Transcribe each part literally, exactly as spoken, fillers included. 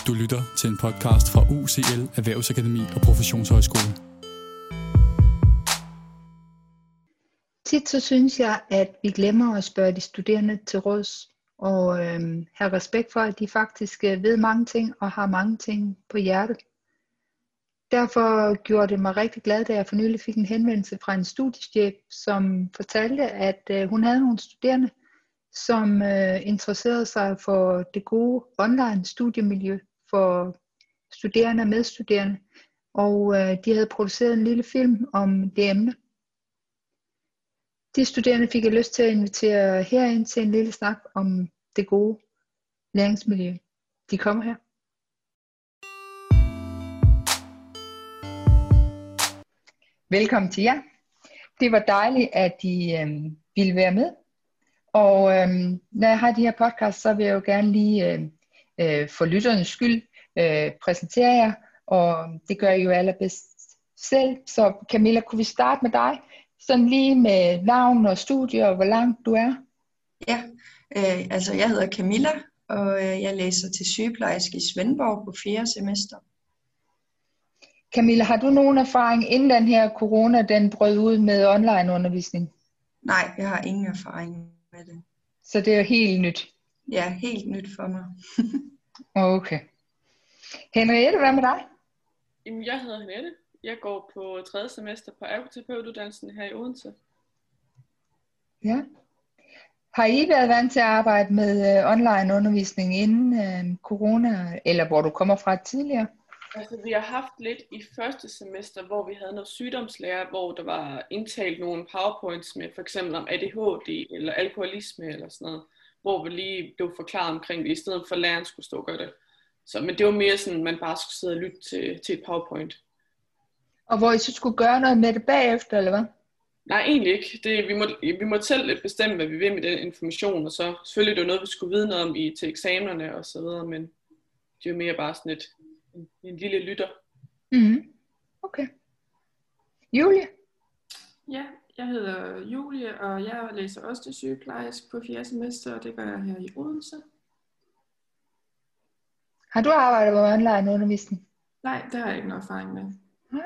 Du lytter til en podcast fra U C L Erhvervsakademi og Professionshøjskole. Tit så synes jeg, at vi glemmer at spørge de studerende til råds og øhm, have respekt for, at de faktisk øh, ved mange ting og har mange ting på hjertet. Derfor gjorde det mig rigtig glad, da jeg for nylig fik en henvendelse fra en studiechef, som fortalte, at øh, hun havde nogle studerende, som øh, interesserede sig for det gode online studiemiljø for studerende og medstuderende, og øh, de havde produceret en lille film om det emne. De studerende fik jeg lyst til at invitere herind til en lille snak om det gode læringsmiljø. De kommer her. Velkommen til jer. Det var dejligt, at I øh, ville være med. Og øh, når jeg har de her podcasts, så vil jeg jo gerne lige øh, øh, for lytternes skyld øh, præsentere jer. Og det gør I jo allerbedst selv. Så Camilla, kunne vi starte med dig? Sådan lige med navn og studie og hvor langt du er. Ja, øh, altså jeg hedder Camilla, og øh, jeg læser til sygeplejerske i Svendborg på fjerde semester. Camilla, har du nogen erfaring inden den her corona, den brød ud med online undervisning? Nej, jeg har ingen erfaring med det. Så det er jo helt nyt? Ja, helt nyt for mig. Okay. Henriette, hvad med dig? Jamen, jeg hedder Henriette. Jeg går på tredje semester på ergoterapeutuddannelsen her i Odense. Ja. Har I været vant til at arbejde med uh, online undervisning inden uh, corona, eller hvor du kommer fra tidligere? Altså, vi har haft lidt i første semester, hvor vi havde noget sygdomslære, hvor der var indtalt nogle powerpoints med for eksempel om A D H D eller alkoholisme eller sådan noget, hvor vi lige blev forklaret omkring det, i stedet for at læreren skulle stå og gøre det. Så, men det var mere sådan, at man bare skulle sidde og lytte til, til et powerpoint. Og hvor I så skulle gøre noget med det bagefter, eller hvad? Nej, egentlig ikke. Det, vi, må, vi må selv bestemme, hvad vi vil med den information, og så selvfølgelig det var noget, vi skulle vide noget om i, til eksamenerne og så videre, men det er jo mere bare sådan et, en, en lille lytter. Mm-hmm. Okay. Julie? Ja, jeg hedder Julie, og jeg læser også til sygeplejerske på fjerde semester, og det gør jeg her i Odense. Har du arbejdet med online undervisning? Nej, det har jeg ikke noget erfaring med. Ja.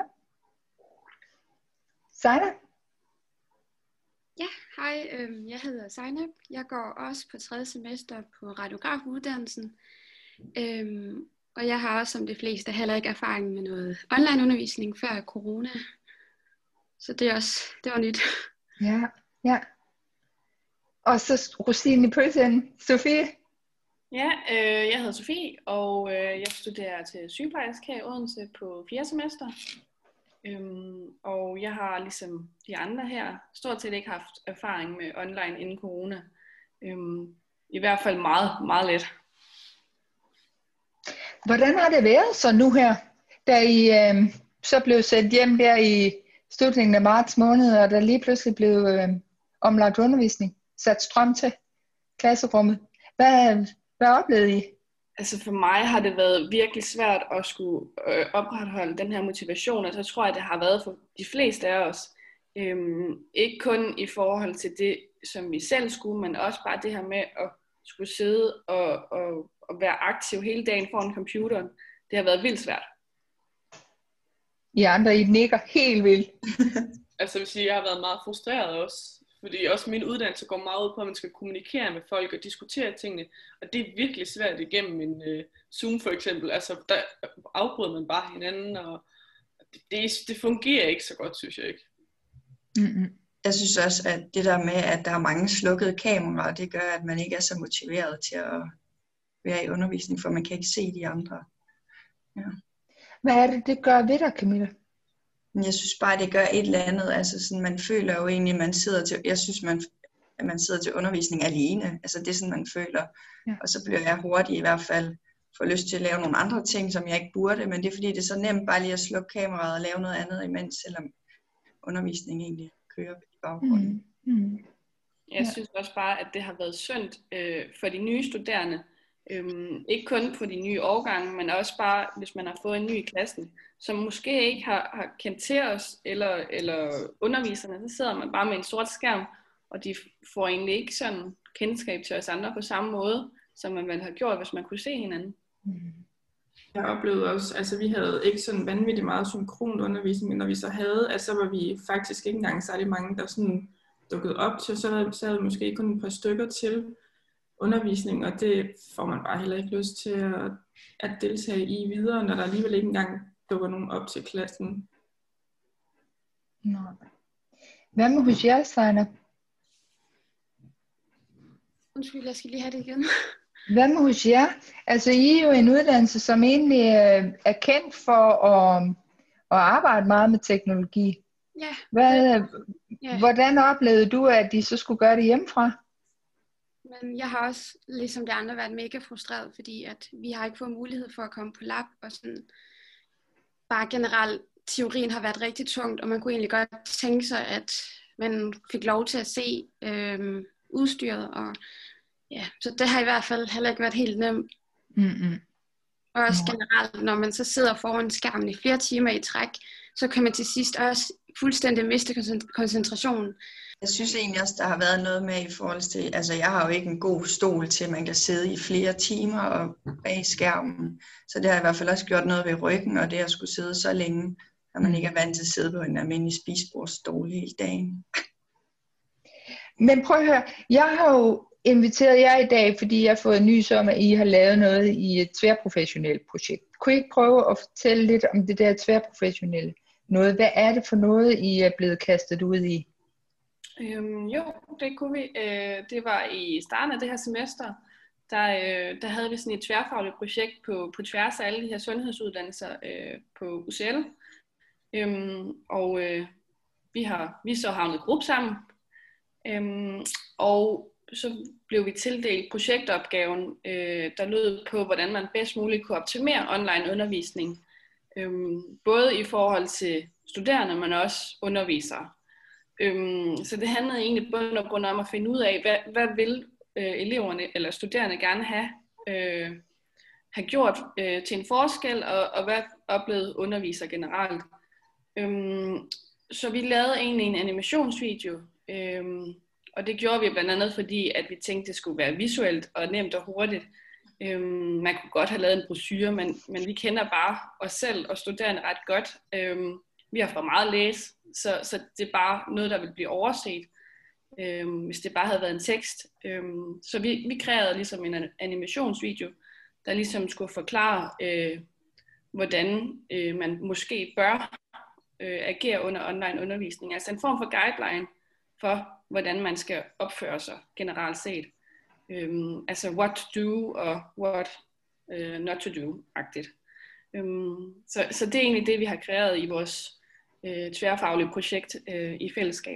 Sejna? Ja, hej, øh, jeg hedder Zainab. Jeg går også på tredje semester på radiografuddannelsen. Øhm, og jeg har også, som de fleste, heller ikke erfaring med noget online undervisning før corona. Så det er også, det var nyt. Ja, ja. Og så rosinen i pølsen, Sofie? Ja, øh, jeg hedder Sofie, og øh, jeg studerer til sygeplejerske her i Odense på fjerde semester. Øhm, og jeg har ligesom de andre her stort set ikke haft erfaring med online inden corona. Øhm, I hvert fald meget, meget let. Hvordan har det været så nu her, da I øh, så blev sendt hjem der i slutningen af marts måned, og der lige pludselig blev øh, omlagt undervisning, sat strøm til klasserummet? Hvad, hvad oplevede I? Altså for mig har det været virkelig svært at skulle øh, opretholde den her motivation, og så tror jeg, det har været for de fleste af os. Øhm, ikke kun i forhold til det, som vi selv skulle, men også bare det her med at skulle sidde og, og, og være aktiv hele dagen foran computeren. Det har været vildt svært. I andre, I nikker helt vildt. Altså jeg vil sige, jeg har været meget frustreret også. Fordi også min uddannelse går meget ud på, at man skal kommunikere med folk og diskutere tingene. Og det er virkelig svært igennem en uh, Zoom for eksempel. Altså der afbryder man bare hinanden, og det, det fungerer ikke så godt, synes jeg ikke. Mm-hmm. Jeg synes også, at det der med, at der er mange slukkede kameraer, det gør, at man ikke er så motiveret til at være i undervisning, for man kan ikke se de andre. Ja. Hvad er det, det gør ved dig, Camilla? Jeg synes bare, det gør et eller andet. Altså sådan, man føler jo egentlig, at man sidder til, jeg synes, man, at man sidder til undervisning alene. Altså det er sådan, man føler. Ja. Og så bliver jeg hurtigt i hvert fald får lyst til at lave nogle andre ting, som jeg ikke burde. Men det er fordi, det er så nemt bare lige at slukke kameraet og lave noget andet imens, selvom undervisningen egentlig kører i baggrunden. Mm. Mm. Jeg synes også bare, at det har været synd øh, for de nye studerende. Øhm, ikke kun på de nye årgange, men også bare, hvis man har fået en ny i klassen, som måske ikke har, har kendt til os, eller, eller underviserne, så sidder man bare med en sort skærm, og de får egentlig ikke sådan kendskab til os andre på samme måde, som man vel har gjort, hvis man kunne se hinanden. Mm. Jeg oplevede også, altså vi havde ikke sådan vanvittigt meget synkron undervisning, men når vi så havde, altså så var vi faktisk ikke engang særlig mange, der sådan dukkede op til, så, så havde vi måske kun et par stykker til undervisning, og det får man bare heller ikke lyst til at, at deltage i videre, når der alligevel ikke engang dukker nogen op til klassen. Nej. Hvad med hos jer, Steiner? Undskyld, jeg skal lige have det igen. Hvad med hos jer? Altså, I er jo en uddannelse, som egentlig øh, er kendt for at, at arbejde meget med teknologi. Ja. Hvad, ja. Hvordan oplevede du, at de så skulle gøre det hjemmefra? Men jeg har også, ligesom de andre, været mega frustreret, fordi at vi har ikke fået mulighed for at komme på lab, og sådan bare generelt, teorien har været rigtig tungt, og man kunne egentlig godt tænke sig, at man fik lov til at se øh, udstyret, og ja, så det har i hvert fald heller ikke været helt nemt. Mm-hmm. Og også generelt, når man så sidder foran skærmen i flere timer i træk, så kan man til sidst også fuldstændig miste koncentrationen. Jeg synes egentlig også, der har været noget med i forhold til, altså jeg har jo ikke en god stol til, at man kan sidde i flere timer og bag skærmen. Så det har i hvert fald også gjort noget ved ryggen, og det at skulle sidde så længe, at man ikke er vant til at sidde på en almindelig spisbordsstol hele dagen. Men prøv at høre, jeg har jo inviteret jer i dag, fordi jeg har fået nys om, at I har lavet noget i et tværprofessionelt projekt. Kunne I ikke prøve at fortælle lidt om det der tværprofessionelle noget? Hvad er det for noget, I er blevet kastet ud i? Øhm, jo, det kunne vi. Øh, det var i starten af det her semester, der, øh, der havde vi sådan et tværfagligt projekt på, på tværs af alle de her sundhedsuddannelser øh, på U C L. Øhm, og øh, vi har vi så havnet gruppe sammen. Øhm, og så blev vi tildelt projektopgaven, øh, der lød på, hvordan man bedst muligt kunne optimere online undervisning. Øhm, både i forhold til studerende, men også undervisere. Øhm, så det handlede egentlig bund og grund om at finde ud af, hvad, hvad vil øh, eleverne eller studerende gerne have, øh, have gjort øh, til en forskel, og, og hvad oplevede undervisere generelt. Øhm, så vi lavede egentlig en animationsvideo, øhm, og det gjorde vi blandt andet fordi, at vi tænkte, det skulle være visuelt og nemt og hurtigt. Øhm, man kunne godt have lavet en brochure, men, men vi kender bare os selv og studerende ret godt. Øhm, vi har for meget at læse, så, så det er bare noget, der vil blive overset, øhm, hvis det bare havde været en tekst. Øhm, så vi, vi kreerede ligesom en animationsvideo, der ligesom skulle forklare, øh, hvordan øh, man måske bør øh, agere under online undervisning. Altså en form for guideline for, hvordan man skal opføre sig generelt set. Øhm, altså what to do og what uh, not to do-agtigt. Øhm, så, så det er egentlig det, vi har kreeret i vores øh, tværfaglige projekt øh, i fællesskab.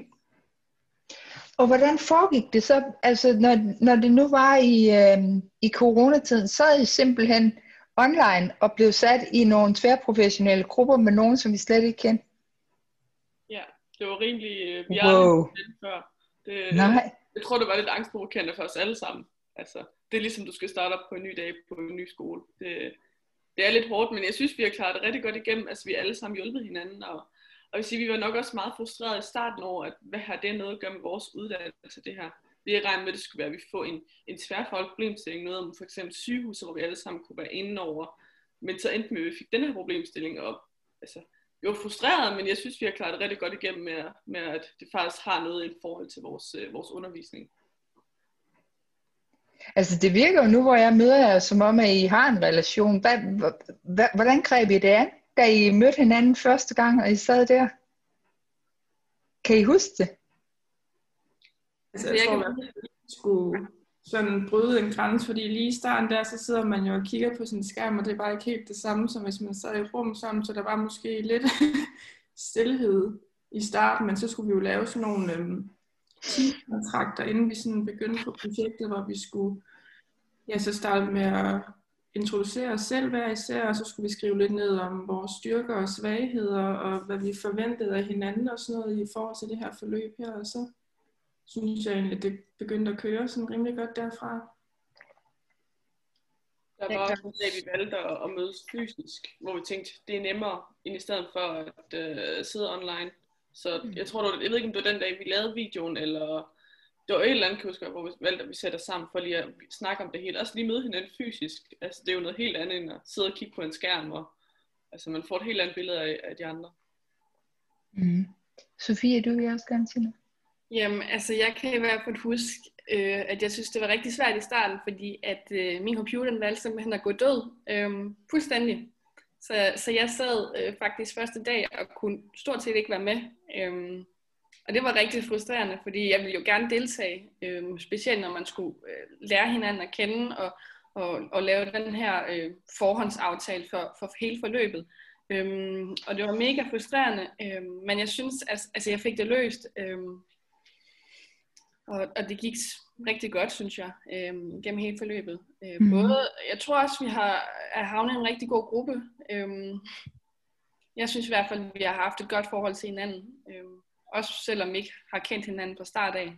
Og hvordan foregik det så? Altså når, når det nu var i, øh, i coronatiden, så er I simpelthen online og blev sat i nogle tværprofessionelle grupper med nogen, som vi slet ikke kendte? Ja, det var rimelig... Øh, vi wow. aldrig før. Det, Nej. Jeg tror, det var lidt angstprovokerende for os alle sammen. Altså, det er ligesom, du skal starte op på en ny dag på en ny skole. Det, det er lidt hårdt, men jeg synes, vi har klaret det rigtig godt igennem. Altså, vi har alle sammen hjulpet hinanden, og, og jeg vil sige, vi var nok også meget frustrerede i starten over, at hvad har det noget at gøre med vores uddannelse, det her. Vi har regnet med, at det skulle være, at vi får en, en tværfaglig problemstilling, noget om for eksempel sygehuse, hvor vi alle sammen kunne være inde over. Men så endte med, at vi fik den her problemstilling op. Altså, vi var frustrerede, men jeg synes, vi har klaret det rigtig godt igennem med, med at det faktisk har noget i forhold til vores, øh, vores undervisning. Altså det virker jo nu, hvor jeg møder jer, som om at I har en relation. Hvad, hvad, hvordan greb I det an, da I mødte hinanden første gang, og I sad der? Kan I huske det? Altså jeg tror, at vi skulle sådan bryde en grænse, fordi lige i starten der, så sidder man jo og kigger på sin skærm, og det er bare ikke helt det samme, som hvis man sad i rum sammen, så der var måske lidt stillhed i starten, men så skulle vi jo lave sådan nogle øhm, teamkontrakter, inden vi sådan begyndte på projektet, hvor vi skulle ja, så starte med at introducere os selv hver især, og så skulle vi skrive lidt ned om vores styrker og svagheder, og hvad vi forventede af hinanden og sådan noget i forhold til det her forløb her, og så synes jeg egentlig, at det begyndte at køre sådan rimelig godt derfra. Der var også en dag, vi valgte at mødes fysisk, hvor vi tænkte, det er nemmere, end i stedet for at uh, sidde online. Så jeg tror, det var, jeg ved ikke, om det var den dag, vi lavede videoen, eller det var et eller andet, kan jeg huske, hvor vi valgte, at vi sætter sammen for lige at snakke om det hele. Også lige møde hinanden fysisk. Altså, det er jo noget helt andet, end at sidde og kigge på en skærm, og altså, man får et helt andet billede af, af de andre. Mm. Sofie, du vil også gerne sige noget? Jamen, altså, jeg kan i hvert fald huske, øh, at jeg synes, det var rigtig svært i starten, fordi at øh, min computer, den valgte simpelthen at gå død. Øh, fuldstændig. Så, så jeg sad øh, faktisk første dag og kunne stort set ikke være med. Øh, Og det var rigtig frustrerende, fordi jeg ville jo gerne deltage, øh, specielt når man skulle øh, lære hinanden at kende og, og, og lave den her øh, forhåndsaftale for, for hele forløbet. Øhm, og det var mega frustrerende, øh, men jeg synes, altså, altså jeg fik det løst, øh, og, og det gik rigtig godt, synes jeg, øh, gennem hele forløbet. Øh, mm. Både, jeg tror også, vi har er havnet i en rigtig god gruppe. Øh, jeg synes i hvert fald, vi har haft et godt forhold til hinanden. Øh, Også selvom vi ikke har kendt hinanden fra start af.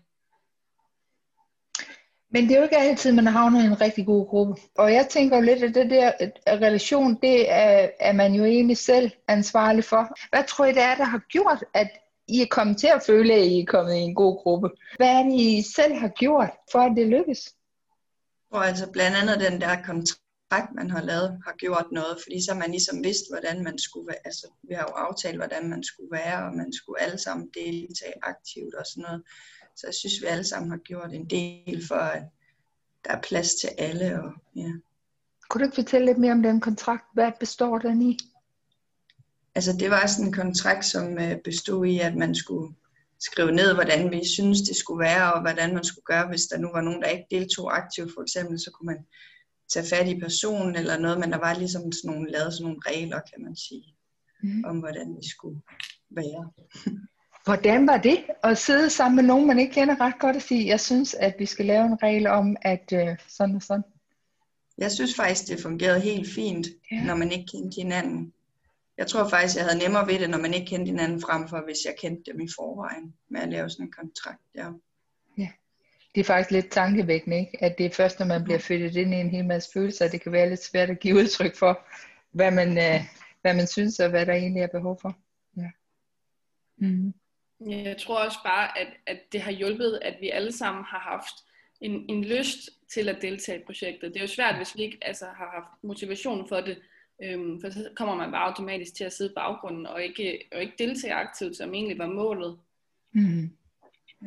Men det er jo ikke altid, man har havnet i en rigtig god gruppe. Og jeg tænker jo lidt, at det der relation, det er, er man jo egentlig selv ansvarlig for. Hvad tror I, det er, der har gjort, at I er kommet til at føle, at I er kommet i en god gruppe? Hvad er det, I selv har gjort, for at det lykkes? Og altså blandt andet den der kontrakt, man har lavet, har gjort noget, fordi så har man ligesom vidst, hvordan man skulle være. Altså, vi har jo aftalt, hvordan man skulle være, og man skulle alle sammen deltage aktivt og sådan noget. Så jeg synes, vi alle sammen har gjort en del for, at der er plads til alle. Og, ja. Kunne du ikke fortælle lidt mere om den kontrakt? Hvad består den i? Altså, det var sådan en kontrakt, som bestod i, at man skulle skrive ned, hvordan vi synes, det skulle være, og hvordan man skulle gøre, hvis der nu var nogen, der ikke deltog aktivt, for eksempel, så kunne man tage fat i personen eller noget, men der var ligesom sådan nogle, lavet sådan nogle regler, kan man sige, mm. om hvordan vi skulle være. Hvordan var det at sidde sammen med nogen, man ikke kender ret godt og sige, jeg synes, at vi skal lave en regel om, at øh, sådan og sådan? Jeg synes faktisk, det fungerede helt fint, ja. Når man ikke kendte hinanden. Jeg tror faktisk, jeg havde nemmere ved det, når man ikke kendte hinanden, frem for hvis jeg kendte dem i forvejen, med at lave sådan en kontrakt. Ja. Ja. Det er faktisk lidt tankevækkende, ikke? At det er først, når man bliver født ind i en hel masse følelser, at det kan være lidt svært at give udtryk for, hvad man, øh, hvad man synes, og hvad der egentlig er behov for. Ja. Mm. Jeg tror også bare, at, at det har hjulpet, at vi alle sammen har haft en, en lyst til at deltage i projektet. Det er jo svært, hvis vi ikke altså, har haft motivation for det, øhm, for så kommer man bare automatisk til at sidde i baggrunden og ikke, og ikke deltage aktivt, som egentlig var målet. Mm. Ja.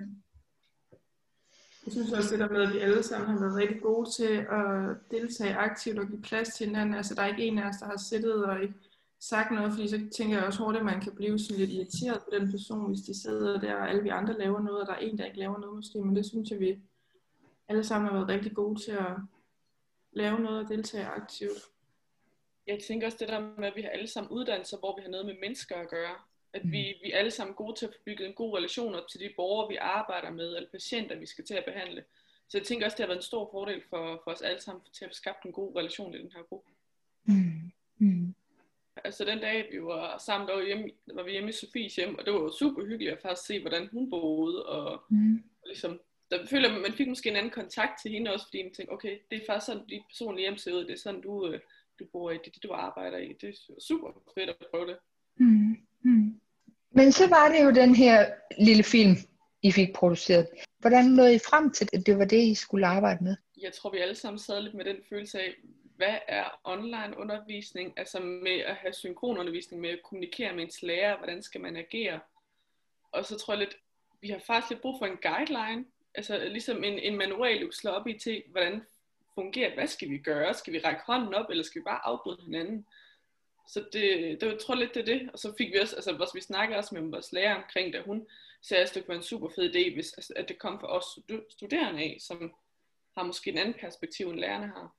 Jeg synes også det der med, at vi alle sammen har været rigtig gode til at deltage aktivt og give plads til hinanden. Altså der er ikke en af os, der har siddet og ikke sagt noget, fordi så tænker jeg også hurtigt, at man kan blive sådan lidt irriteret på den person, hvis de sidder der, og alle vi andre laver noget, og der er en, der ikke laver noget måske. Men det synes jeg, vi alle sammen har været rigtig gode til at lave noget og deltage aktivt. Jeg tænker også det der med, at vi har alle sammen uddannelser, hvor vi har noget med mennesker at gøre. At vi, vi er alle sammen gode til at få bygget en god relation op til de borgere, vi arbejder med, eller patienter, vi skal til at behandle. Så jeg tænker også, det har været en stor fordel for, for os alle sammen til at skabe en god relation i den her gruppe. Mm. Mm. Altså den dag, vi var sammen, der var, hjemme, der var vi hjemme i Sofies hjem, og det var jo super hyggeligt at faktisk se, hvordan hun boede, og, mm. og ligesom, der føler man, man fik måske en anden kontakt til hende også, fordi man tænkte, okay, det er faktisk sådan, dit personlige hjem ser ud, det er sådan, du, du bor i, det er det, du arbejder i, det er super fedt at prøve det. Mm. Mm. Men så var det jo den her lille film, I fik produceret. Hvordan nåede I frem til, at det var det, I skulle arbejde med? Jeg tror, vi alle sammen sad lidt med den følelse af, hvad er online undervisning? Altså med at have synkronundervisning, med at kommunikere med ens lærer, hvordan skal man agere? Og så tror jeg lidt, vi har faktisk lidt brug for en guideline. Altså ligesom en, en manual, du slår op i til, hvordan fungerer, hvad skal vi gøre? Skal vi række hånden op, eller skal vi bare afbryde hinanden? Så det, det jeg tror lidt, det er det. Og så fik vi også, altså vi snakkede også med vores lærer omkring det, og hun sagde, at det var en super fed idé, hvis, altså, at det kom fra os studerende af, som har måske en anden perspektiv, end lærerne har.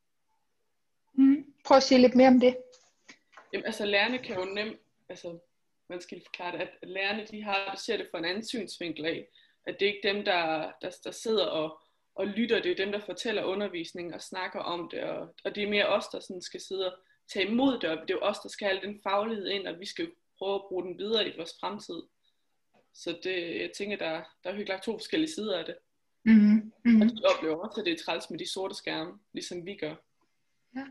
Mm. Prøv at sige lidt mere om det. Jamen altså lærerne kan jo nemt, altså man skal forklare det, at lærerne de har, ser det fra en anden synsvinkel af, at det er ikke dem, der, der, der sidder og, og lytter, det er dem, der fortæller undervisningen og snakker om det, og, og det er mere os, der sådan skal sidde og tage imod det, og det er jo os, der skal have den faglighed ind, og vi skal prøve at bruge den videre i vores fremtid. Så det, jeg tænker, der, der er hyggelig to forskellige sider af det. Mm-hmm. Mm-hmm. Og de oplever også, at det er træls med de sorte skærme, ligesom vi gør. Ja.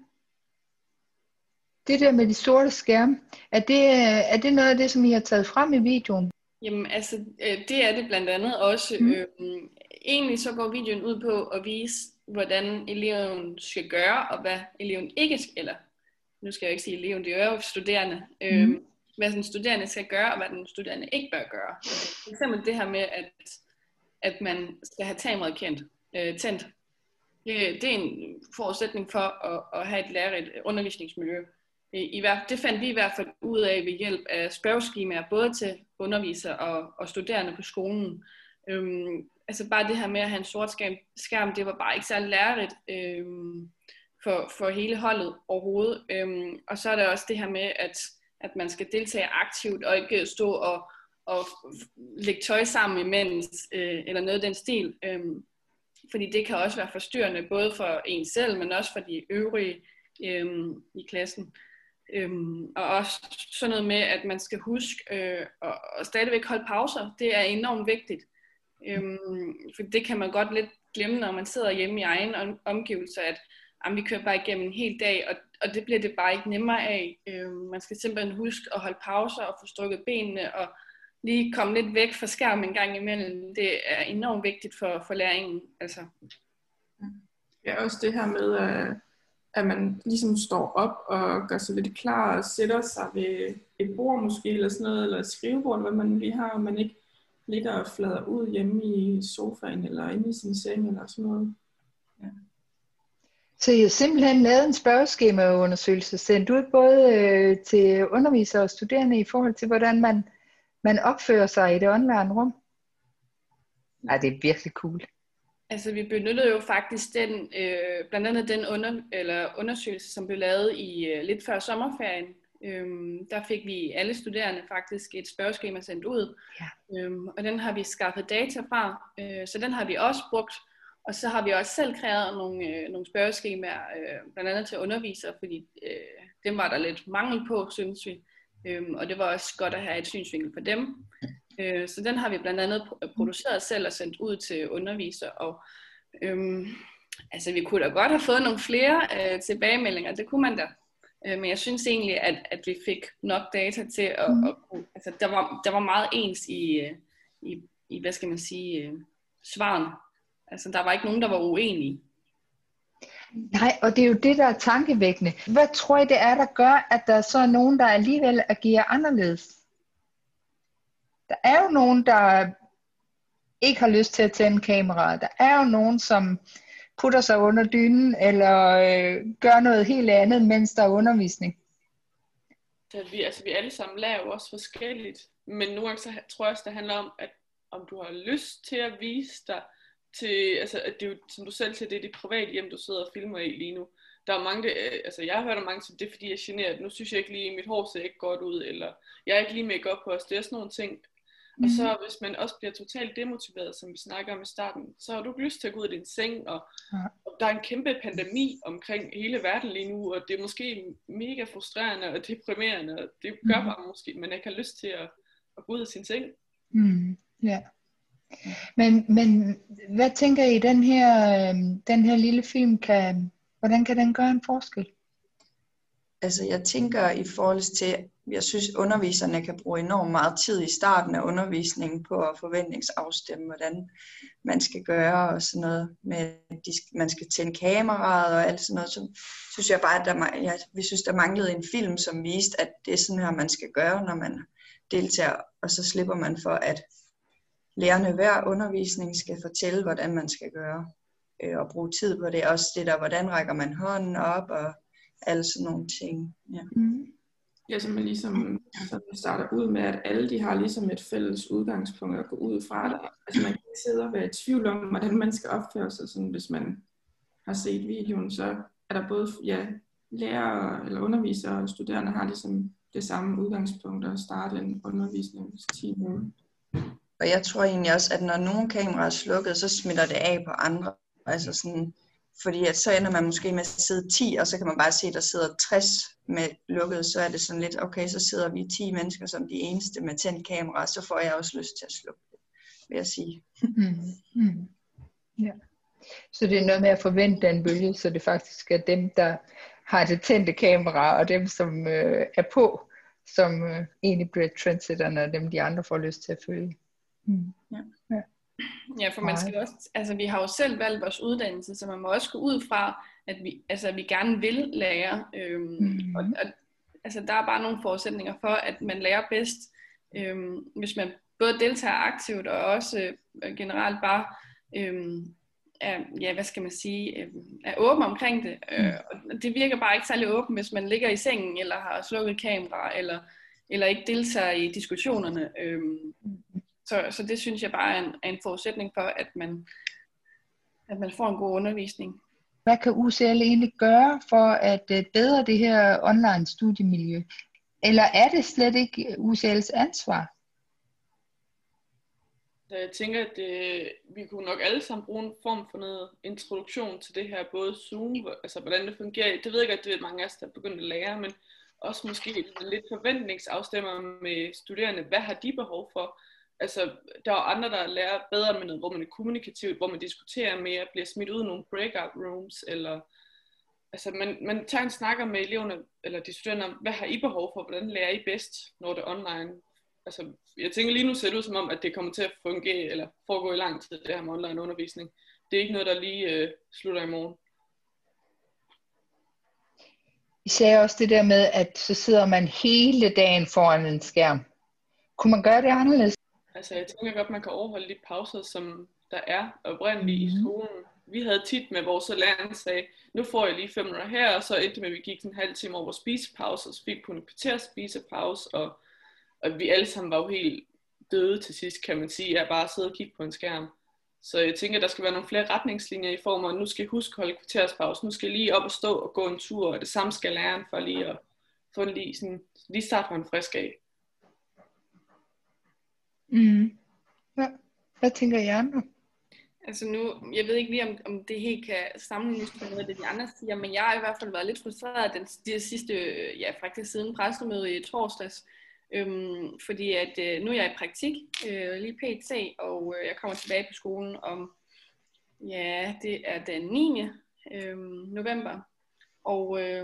Det der med de sorte skærme, er det, er det noget af det, som I har taget frem i videoen? Jamen altså, det er det blandt andet også. Mm. Øhm, egentlig så går videoen ud på at vise, hvordan eleven skal gøre, og hvad eleven ikke skal, eller nu skal jeg ikke sige eleven, det er jo studerende, øhm, mm. hvad den studerende skal gøre, og hvad den studerende ikke bør gøre. For eksempel det her med, at, at man skal have kameraet kendt, øh, tændt. Det, det er en forudsætning for at, at have et lærerigt undervisningsmiljø. I, det fandt vi i hvert fald ud af ved hjælp af spørgeskemaer, både til undervisere og, og studerende på skolen. Øhm, altså bare det her med at have en sort skærm, skærm det var bare ikke særlig lærerigt øhm, for, for hele holdet overhovedet. Øhm, og så er der også det her med, at, at man skal deltage aktivt og ikke stå og, og lægge tøj sammen imens, øh, eller noget af den stil. Øhm, fordi det kan også være forstyrrende, både for en selv, men også for de øvrige øhm, i klassen. Øhm, og også sådan noget med, at man skal huske øh, og, og stadigvæk holde pauser. Det er enormt vigtigt. Øhm, for det kan man godt lidt glemme, når man sidder hjemme i egen om, omgivelser, at jamen, vi kører bare igennem en hel dag, og, og det bliver det bare ikke nemmere af. Øhm, man skal simpelthen huske at holde pauser og få strukket benene, og lige komme lidt væk fra skærmen en gang imellem. Det er enormt vigtigt for, for læringen. Altså. Ja, også det her med, at at man ligesom står op og gør sig lidt klar og sætter sig ved et bord måske, eller sådan noget, eller et skrivebord, hvad man lige har, og man ikke ligger og flader ud hjemme i sofaen, eller inde i sin seng, eller sådan noget. Ja. Så I har simpelthen lavet en spørgeskemaundersøgelse, sendt ud både øh, til undervisere og studerende i forhold til, hvordan man, man opfører sig i det online rum? Ja, det er virkelig cool. Altså vi benyttede jo faktisk den, øh, blandt andet den under, eller undersøgelse, som blev lavet i øh, lidt før sommerferien. Øhm, der fik vi alle studerende faktisk et spørgeskema sendt ud, ja. øhm, og den har vi skaffet data fra, øh, så den har vi også brugt. Og så har vi også selv kreeret nogle, øh, nogle spørgeskemaer, øh, blandt andet til undervisere, fordi øh, dem var der lidt mangel på, synes vi. Øhm, og det var også godt at have et synsvinkel for dem. Øh, så den har vi blandt andet produceret selv og sendt ud til undervisere. Og øhm, altså vi kunne da godt have fået nogle flere øh, tilbagemeldinger, det kunne man da. Øh, men jeg synes egentlig, at, at vi fik nok data til at, mm. at altså der var, der var meget ens i, i, i hvad skal man sige, svaren. Altså der var ikke nogen, der var uenige. Nej, og det er jo det, der er tankevækkende. Hvad tror I, det er, der gør, at der så er nogen, der alligevel agerer anderledes? Der er jo nogen, der ikke har lyst til at tænde kameraet. Der er jo nogen, som putter sig under dynen, eller øh, gør noget helt andet, mens der er undervisning. Så vi, altså, vi alle sammen lærer jo også forskelligt. Men nogle gange så tror jeg også, det handler om, at om du har lyst til at vise dig til, altså at det er jo, som du selv siger, det er dit private hjem, du sidder og filmer i lige nu. Der er mange, det, altså jeg har hørt om mange, som det er fordi jeg er generet. Nu synes jeg ikke lige, mit hår ser ikke godt ud, eller jeg er ikke lige make-up på os. Det er sådan nogle ting. Mm. Og så hvis man også bliver totalt demotiveret, som vi snakker om i starten, så har du ikke lyst til at gå ud af din seng, og, ja. og der er en kæmpe pandemi omkring hele verden lige nu, og det er måske mega frustrerende og deprimerende, og det gør mm. bare måske, man ikke har lyst til at, at gå ud af sin seng. Mm. Ja. Men, men hvad tænker I, den her, den her lille film, kan, hvordan kan den gøre en forskel? Altså jeg tænker i forhold til, jeg synes underviserne kan bruge enormt meget tid i starten af undervisningen på at forventningsafstemme, hvordan man skal gøre og sådan noget, med at man skal tænde kameraet og alt sådan noget. Så synes jeg bare, at der, jeg, vi synes, der manglede en film, som viste, at det er sådan her, man skal gøre, når man deltager, og så slipper man for, at lærerne hver undervisning skal fortælle, hvordan man skal gøre, øh, og bruge tid på det. Også det der, hvordan rækker man hånden op, og alle sådan nogle ting. Ja, mm. ja så man ligesom så man starter ud med, at alle de har ligesom et fælles udgangspunkt at gå ud fra. Der. Altså man kan ikke sidde og være i tvivl om, hvordan man skal opføre sig. Sådan, hvis man har set videoen, så er der både ja, lærere eller undervisere og studerende har ligesom det samme udgangspunkt at starte en undervisningstime. Og jeg tror egentlig også, at når nogle kameraer er slukket, så smitter det af på andre. Altså sådan, fordi at så ender man måske med at sidde ti, og så kan man bare se, at der sidder tres med lukket. Så er det sådan lidt, okay, så sidder vi ti mennesker som de eneste med tændt kamera, så får jeg også lyst til at slukke det, vil jeg sige. Mm. Mm. Ja. Så det er noget med at forvente den bølge, så det faktisk er dem, der har det tændte kamera, og dem, som øh, er på, som øh, egentlig bliver trendsetterne, og dem de andre får lyst til at følge. Mm. Ja. Ja. Ja, for man skal også, altså vi har jo selv valgt vores uddannelse, så man må også gå ud fra, at vi, altså, at vi gerne vil lære. Øhm, mm. og, og, altså der er bare nogle forudsætninger for, at man lærer bedst, øhm, hvis man både deltager aktivt og også øh, generelt bare øhm, er, ja, hvad skal man sige, øh, er åben omkring det. Mm. Øh, og det virker bare ikke særlig åben, hvis man ligger i sengen eller har slukket kamera eller, eller ikke deltager i diskussionerne. Øhm, Så, så det synes jeg bare er en, er en forudsætning for, at man, at man får en god undervisning. Hvad kan U C L egentlig gøre for at bedre det her online studiemiljø? Eller er det slet ikke U C L's ansvar? Jeg tænker, at det, vi kunne nok alle sammen bruge en form for noget introduktion til det her, både Zoom, altså hvordan det fungerer. Det ved jeg godt, det er mange af os, der er begyndt at lære, men også måske lidt forventningsafstemmer med studerende. Hvad har de behov for? Altså, der er andre, der lærer bedre med noget, hvor man er kommunikativ, hvor man diskuterer mere, bliver smidt ud i nogle breakout rooms, eller altså, man, man tager en snakker med eleverne, eller de studerende om, hvad har I behov for, hvordan lærer I bedst, når det er online? Altså, jeg tænker lige nu ser det ud som om, at det kommer til at fungere, eller foregå i lang tid, det her med online undervisning. Det er ikke noget, der lige øh, slutter i morgen. I sagde også det der med, at så sidder man hele dagen foran en skærm. Kunne man gøre det anderledes? Altså, jeg tænker godt, man kan overholde de pauser, som der er oprindeligt mm-hmm. i skolen. Vi havde tit med vores lærere, sagde, nu får jeg lige fem minutter her, og så endte med, at vi gik en halv time over spisepause, og så fik kun en kvarter spisepause, og, og vi alle sammen var jo helt døde til sidst, kan man sige, at bare sidde og kigge på en skærm. Så jeg tænker, at der skal være nogle flere retningslinjer i form af, nu skal I huske at holde kvarterspause, nu skal I lige op og stå og gå en tur, og det samme skal læreren for lige at få en lige, sådan, lige starte på en frisk af. Mm. Ja. Hvad tænker I andre? Altså nu, jeg ved ikke lige, om, om det helt kan sammenlignes med noget af det, de andre siger, men jeg har i hvert fald været lidt frustreret den, de sidste, ja faktisk siden pressemødet i torsdags, øhm, fordi at øh, nu er jeg i praktik, øh, lige pt, og øh, jeg kommer tilbage på skolen om, ja, det er den niende Øhm, november, og øh,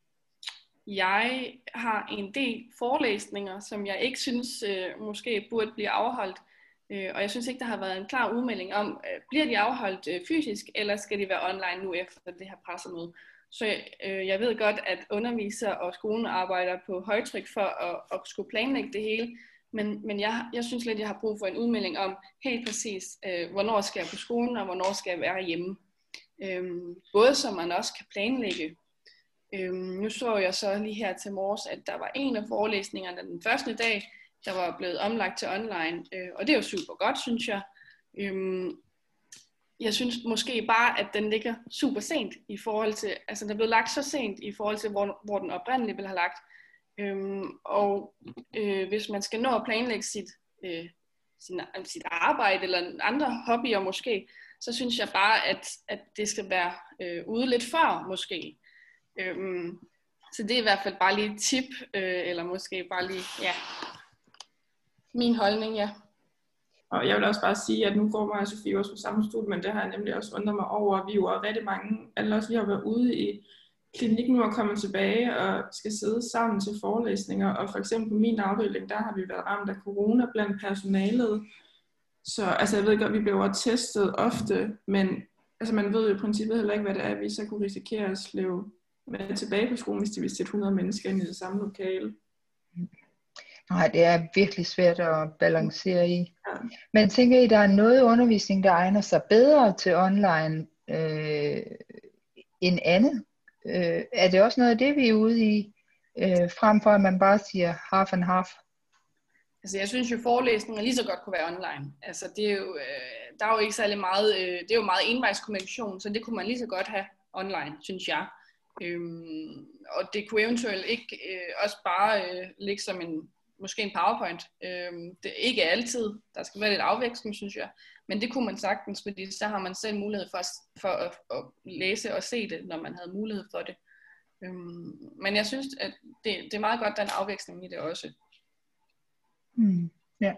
jeg har en del forelæsninger, som jeg ikke synes øh, måske burde blive afholdt. Øh, og jeg synes ikke, der har været en klar udmelding om, øh, bliver de afholdt øh, fysisk, eller skal de være online nu efter det her pressemøde. Så øh, jeg ved godt, at undervisere og skolen arbejder på højtryk for at, at skulle planlægge det hele. Men, men jeg, jeg synes lidt, jeg har brug for en udmelding om helt præcis, øh, hvornår skal jeg på skolen, og hvornår skal jeg være hjemme. Øh, både så man også kan planlægge. Øhm, nu så jeg så lige her til morges, at der var en af forelæsningerne den første dag, der var blevet omlagt til online, øh, og det er jo super godt, synes jeg. Øhm, jeg synes måske bare, at den ligger super sent i forhold til, altså den er blevet lagt så sent i forhold til, hvor, hvor den oprindeligt ville have lagt. Øhm, og øh, hvis man skal nå at planlægge sit, øh, sin, sit arbejde eller andre hobbyer måske, så synes jeg bare, at, at det skal være øh, ude lidt før måske. Øhm, så det er i hvert fald bare lige et tip, øh, eller måske bare lige, ja, min holdning, ja. Og jeg vil også bare sige, at nu går mig og Sofie også på samme studie, men det har jeg nemlig også undret mig over. Vi er jo rigtig mange, alle os vi har været ude i klinik nu og kommet tilbage og skal sidde sammen til forelæsninger. Og for eksempel på min afdeling, der har vi været ramt af corona blandt personalet. Så altså jeg ved godt, vi bliver testet ofte, men altså man ved jo i princippet heller ikke, hvad det er, vi så kunne risikere at slæve med tilbage på skolen, hvis de ville sætte hundrede mennesker ind i det samme lokale. Nej, det er virkelig svært at balancere i. Ja. Men tænker I, der er noget undervisning, der egner sig bedre til online øh, end andet? Øh, er det også noget af det, vi er ude i, øh, frem for at man bare siger half and half? Altså jeg synes jo, forelæsninger lige så godt kunne være online. Altså det er jo, øh, der er jo ikke særlig meget, øh, det er jo meget envejskommunikation, så det kunne man lige så godt have online, synes jeg. Øhm, og det kunne eventuelt ikke øh, også bare øh, ligge som en, måske en PowerPoint. Øhm, det er ikke altid, der skal være lidt afveksling, synes jeg. Men det kunne man sagtens, fordi så har man selv mulighed for, for at, at læse og se det, når man havde mulighed for det. Øhm, men jeg synes, at det, det er meget godt, der er en afveksling i det også. Mm, ja.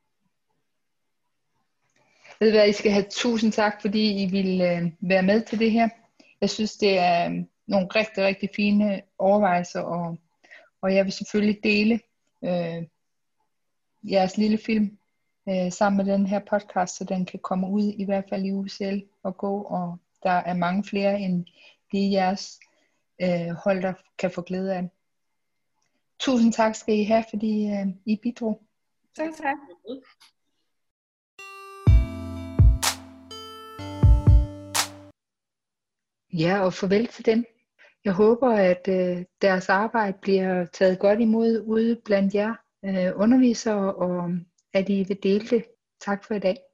Ved du hvad, I skal have tusind tak, fordi I ville øh, være med til det her. Jeg synes, det er øh, nogle rigtig, rigtig fine overvejelser og, Og jeg vil selvfølgelig dele øh, jeres lille film øh, sammen med den her podcast, så den kan komme ud i hvert fald i U C L og gå, og der er mange flere end lige jeres øh, hold, der kan få glæde af den. Tusind tak skal I have, fordi øh, I bidrog. Tak, tak. Ja, og farvel til dem. Jeg håber, at øh, deres arbejde bliver taget godt imod ude blandt jer øh, undervisere, og at I vil dele det. Tak for i dag.